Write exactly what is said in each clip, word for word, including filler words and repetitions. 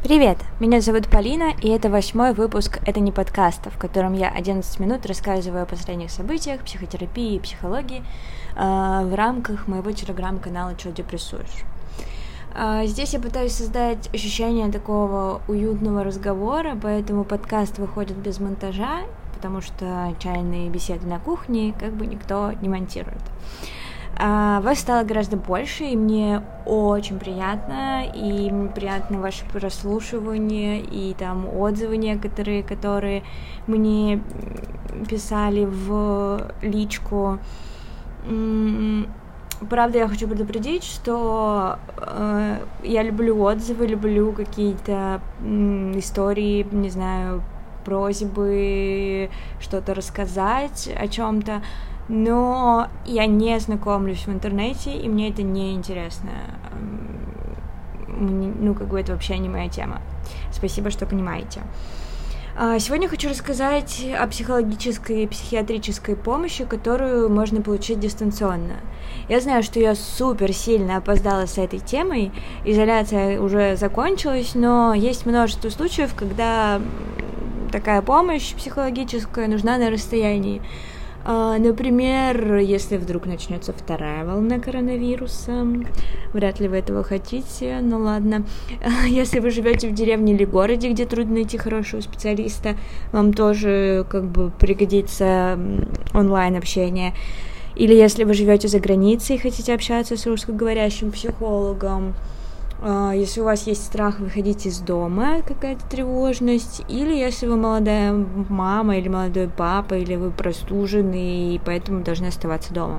Привет, меня зовут Полина, и это восьмой выпуск «Это не подкаста», в котором я одиннадцать минут рассказываю о последних событиях, психотерапии и психологии э, в рамках моего телеграм-канала «Чё депрессуешь?». Э, здесь я пытаюсь создать ощущение такого уютного разговора, поэтому подкаст выходит без монтажа, потому что чайные беседы на кухне как бы никто не монтирует. Uh, вас стало гораздо больше, и мне очень приятно, и мне приятно ваше прослушивание, и там отзывы некоторые, которые мне писали в личку. Mm, правда, я хочу предупредить, что uh, я люблю отзывы, люблю какие-то mm, истории, не знаю, просьбы что-то рассказать о чем-то. Но я не знакомлюсь в интернете, и мне это не интересно. Ну, как бы это вообще не моя тема. Спасибо, что понимаете. Сегодня хочу рассказать о психологической и психиатрической помощи, которую можно получить дистанционно. Я знаю, что я супер сильно опоздала с этой темой, изоляция уже закончилась, но есть множество случаев, когда такая помощь психологическая нужна на расстоянии. Например, если вдруг начнется вторая волна коронавируса, вряд ли вы этого хотите, но ладно. Если вы живете в деревне или городе, где трудно найти хорошего специалиста, вам тоже как бы пригодится онлайн-общение. Или если вы живете за границей и хотите общаться с русскоговорящим психологом, если у вас есть страх выходить из дома, какая-то тревожность, или если вы молодая мама или молодой папа, или вы простужены и поэтому должны оставаться дома.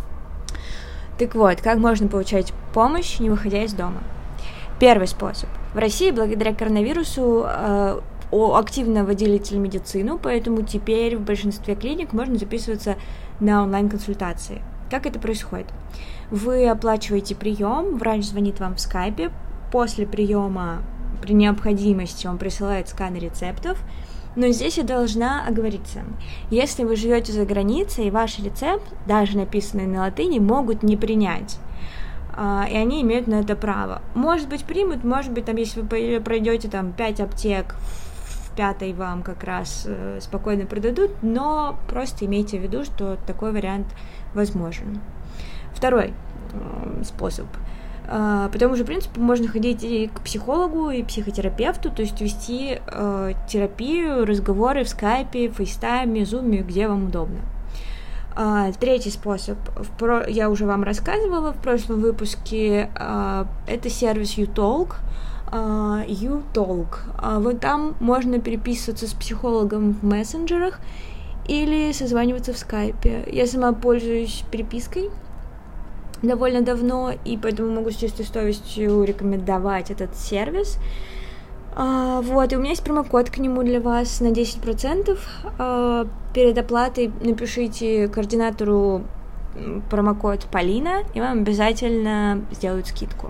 Так вот, как можно получать помощь, не выходя из дома? Первый способ. В России благодаря коронавирусу э, активно вводили телемедицину, поэтому теперь в большинстве клиник можно записываться на онлайн-консультации. Как это происходит? Вы оплачиваете прием, врач звонит вам в скайпе, после приема при необходимости он присылает сканы рецептов, но здесь я должна оговориться. Если вы живете за границей, ваш рецепт, даже написанный на латыни, могут не принять, и они имеют на это право. Может быть, примут, может быть, там, если вы пройдете там пять аптек, в пятой вам как раз спокойно продадут, но просто имейте в виду, что такой вариант возможен. Второй э, способ. Э, по тому же принципу можно ходить и к психологу, и психотерапевту, то есть вести э, терапию, разговоры в скайпе, фейстайме, зуме, где вам удобно. Э, третий способ. В про... Я уже вам рассказывала в прошлом выпуске. Э, это сервис YouTalk. Uh, YouTalk. Uh, вот там можно переписываться с психологом в мессенджерах или созваниваться в скайпе. Я сама пользуюсь перепиской довольно давно, и поэтому могу с чистой совестью рекомендовать этот сервис. Uh, вот, и у меня есть промокод к нему для вас на десять процентов. Uh, перед оплатой напишите координатору промокод Полина, и вам обязательно сделают скидку.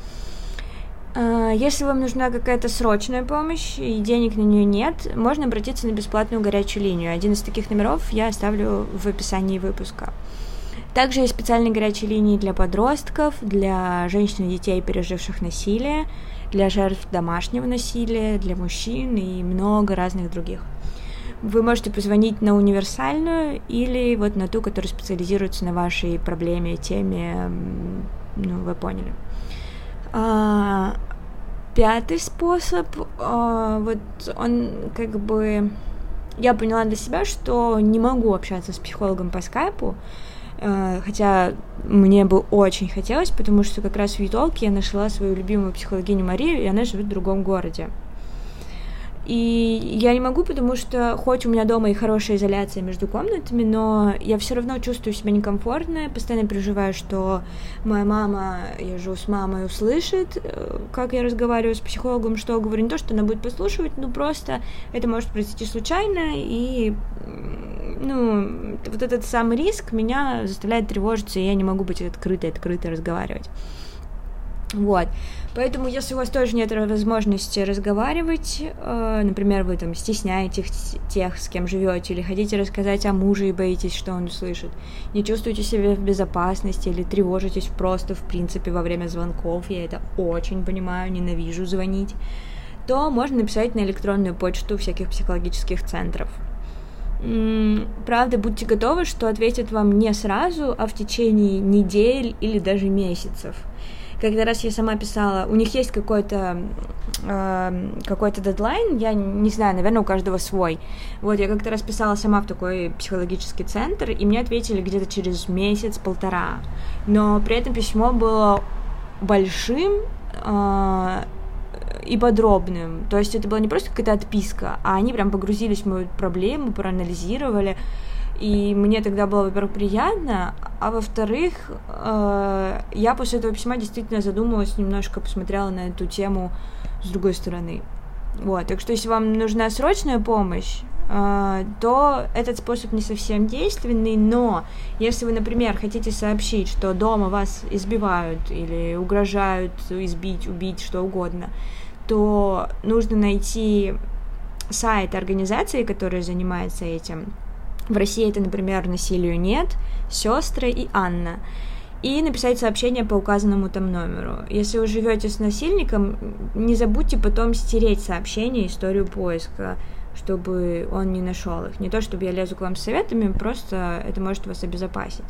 Если вам нужна какая-то срочная помощь и денег на нее нет, можно обратиться на бесплатную горячую линию. Один из таких номеров я оставлю в описании выпуска. Также есть специальные горячие линии для подростков, для женщин и детей, переживших насилие, для жертв домашнего насилия, для мужчин и много разных других. Вы можете позвонить на универсальную или вот на ту, которая специализируется на вашей проблеме, теме, ну, вы поняли. А, пятый способ, а, вот он как бы, я поняла для себя, что не могу общаться с психологом по скайпу, а, хотя мне бы очень хотелось, потому что как раз в YouTalk я нашла свою любимую психологиню Марию, и она живет в другом городе. И я не могу, потому что хоть у меня дома и хорошая изоляция между комнатами, но я все равно чувствую себя некомфортно, постоянно переживаю, что моя мама, я живу с мамой, услышит, как я разговариваю с психологом, что говорю, не то, что она будет послушивать, но просто это может произойти случайно, и ну, вот этот самый риск меня заставляет тревожиться, и я не могу быть открытой, открыто разговаривать. Вот, поэтому, если у вас тоже нет возможности разговаривать, э, например, вы там стесняетесь тех, с кем живете, или хотите рассказать о муже и боитесь, что он услышит, не чувствуете себя в безопасности или тревожитесь просто, в принципе, во время звонков, я это очень понимаю, ненавижу звонить, то можно написать на электронную почту всяких психологических центров. Правда, будьте готовы, что ответят вам не сразу, а в течение недель или даже месяцев. Когда раз я сама писала, у них есть какой-то э, какой-то дедлайн, я не знаю, наверное, у каждого свой. Вот, я как-то раз писала сама в такой психологический центр, и мне ответили где-то через месяц-полтора. Но при этом письмо было большим э, и подробным. То есть это была не просто какая-то отписка, а они прям погрузились в мою проблему, проанализировали. И мне тогда было, во-первых, приятно, а во-вторых, э, я после этого письма действительно задумалась, немножко посмотрела на эту тему с другой стороны. Вот, так что если вам нужна срочная помощь, э, то этот способ не совсем действенный, но если вы, например, хотите сообщить, что дома вас избивают или угрожают избить, убить, что угодно, то нужно найти сайт организации, которая занимается этим. В России это, например, «Насилию нет», «Сестры» и «Анна». И написать сообщение по указанному там номеру. Если вы живете с насильником, не забудьте потом стереть сообщение, историю поиска, чтобы он не нашел их. Не то, чтобы я лезу к вам с советами, просто это может вас обезопасить.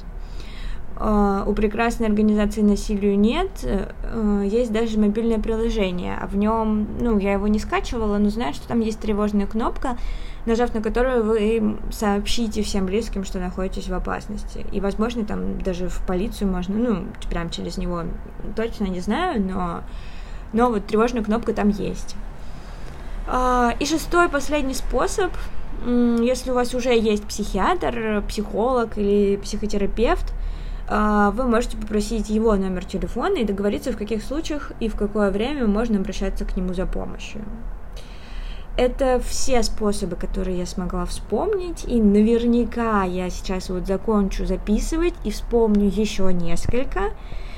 У прекрасной организации «Насилию нет» есть даже мобильное приложение, а в нем, ну, я его не скачивала, но знаю, что там есть тревожная кнопка, нажав на которую вы сообщите всем близким, что находитесь в опасности. И, возможно, там даже в полицию можно, ну, прям через него, точно не знаю, но, но вот тревожная кнопка там есть. И шестой, последний способ, если у вас уже есть психиатр, психолог или психотерапевт, вы можете попросить его номер телефона и договориться, в каких случаях и в какое время можно обращаться к нему за помощью. Это все способы, которые я смогла вспомнить, и наверняка я сейчас вот закончу записывать и вспомню еще несколько,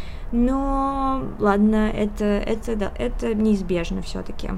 но ладно, это, это, да, это неизбежно все-таки.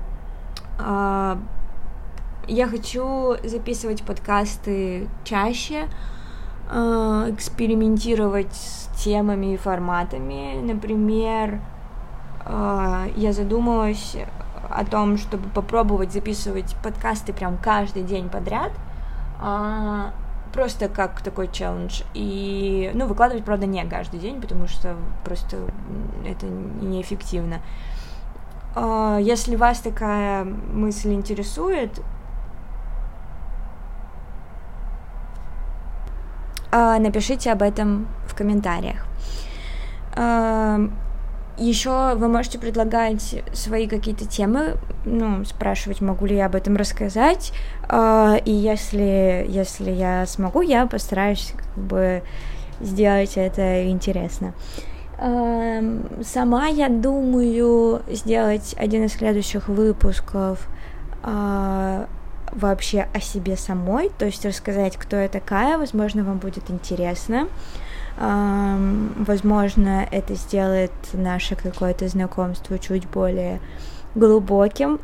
Я хочу записывать подкасты чаще, экспериментировать с темами и форматами. Например, я задумалась о том, чтобы попробовать записывать подкасты прям каждый день подряд, просто как такой челлендж. И, ну, выкладывать, правда, не каждый день, потому что просто это неэффективно. Если вас такая мысль интересует, напишите об этом в комментариях. Еще вы можете предлагать свои какие-то темы, ну, спрашивать, могу ли я об этом рассказать, и если, если я смогу, я постараюсь как бы сделать это интересно. Сама я думаю сделать один из следующих выпусков вообще о себе самой, то есть рассказать, кто я такая, возможно, вам будет интересно, возможно, это сделает наше какое-то знакомство чуть более глубоким.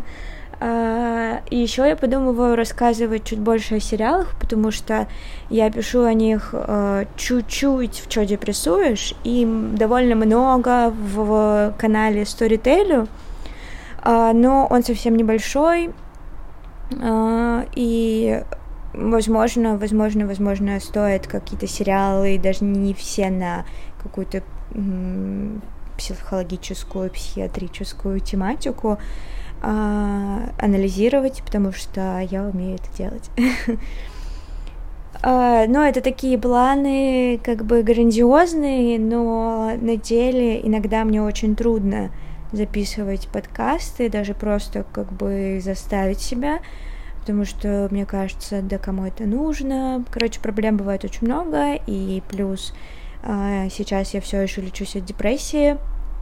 И еще я подумываю рассказывать чуть больше о сериалах, потому что я пишу о них чуть-чуть в «Чё депрессуешь», и довольно много в канале Storytel, но он совсем небольшой, и возможно, возможно, возможно, стоит какие-то сериалы, даже не все на какую-то психологическую, психиатрическую тематику, анализировать, потому что я умею это делать. Но это такие планы как бы грандиозные, но на деле иногда мне очень трудно записывать подкасты, даже просто как бы заставить себя, потому что, мне кажется, да кому это нужно. Короче, проблем бывает очень много, и плюс сейчас я все еще лечусь от депрессии.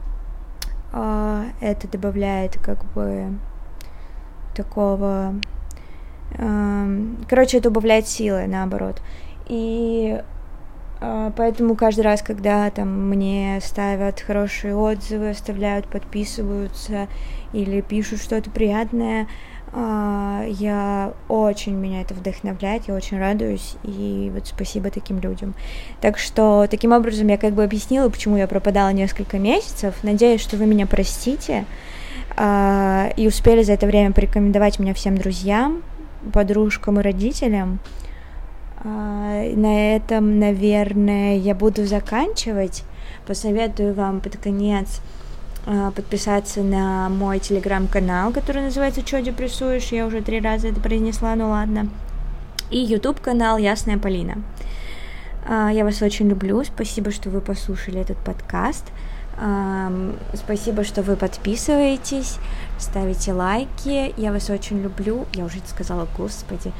Это добавляет как бы такого... Короче, это убавляет силы, наоборот. И поэтому каждый раз, когда там мне ставят хорошие отзывы, оставляют, подписываются или пишут что-то приятное, я очень, меня это вдохновляет, я очень радуюсь, и вот спасибо таким людям. Так что таким образом я как бы объяснила, почему я пропадала несколько месяцев. Надеюсь, что вы меня простите. и успели за это время порекомендовать меня всем друзьям, подружкам и родителям. На этом, наверное, я буду заканчивать. Посоветую вам под конец подписаться на мой телеграм-канал, который называется «Чё депрессуешь?», я уже три раза это произнесла, ну ладно, и ютуб-канал «Ясная Полина». Я вас очень люблю, спасибо, что вы послушали этот подкаст, спасибо, что вы подписываетесь, ставите лайки, я вас очень люблю, я уже это сказала, господи.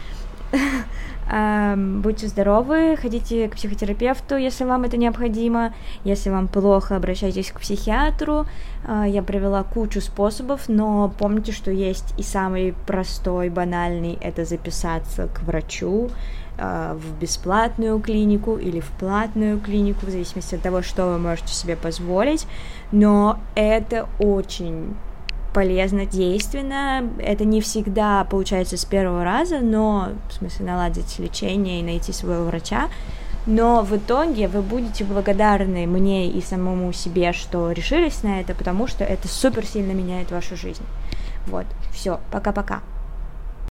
Будьте здоровы, ходите к психотерапевту, если вам это необходимо. Если вам плохо, обращайтесь к психиатру. Я привела кучу способов, но помните, что есть и самый простой, банальный — это записаться к врачу в бесплатную клинику или в платную клинику, в зависимости от того, что вы можете себе позволить. Но это очень полезно, действенно. Это не всегда получается с первого раза, но, в смысле, наладить лечение и найти своего врача, но в итоге вы будете благодарны мне и самому себе, что решились на это, потому что это супер сильно меняет вашу жизнь. Вот, все, пока-пока.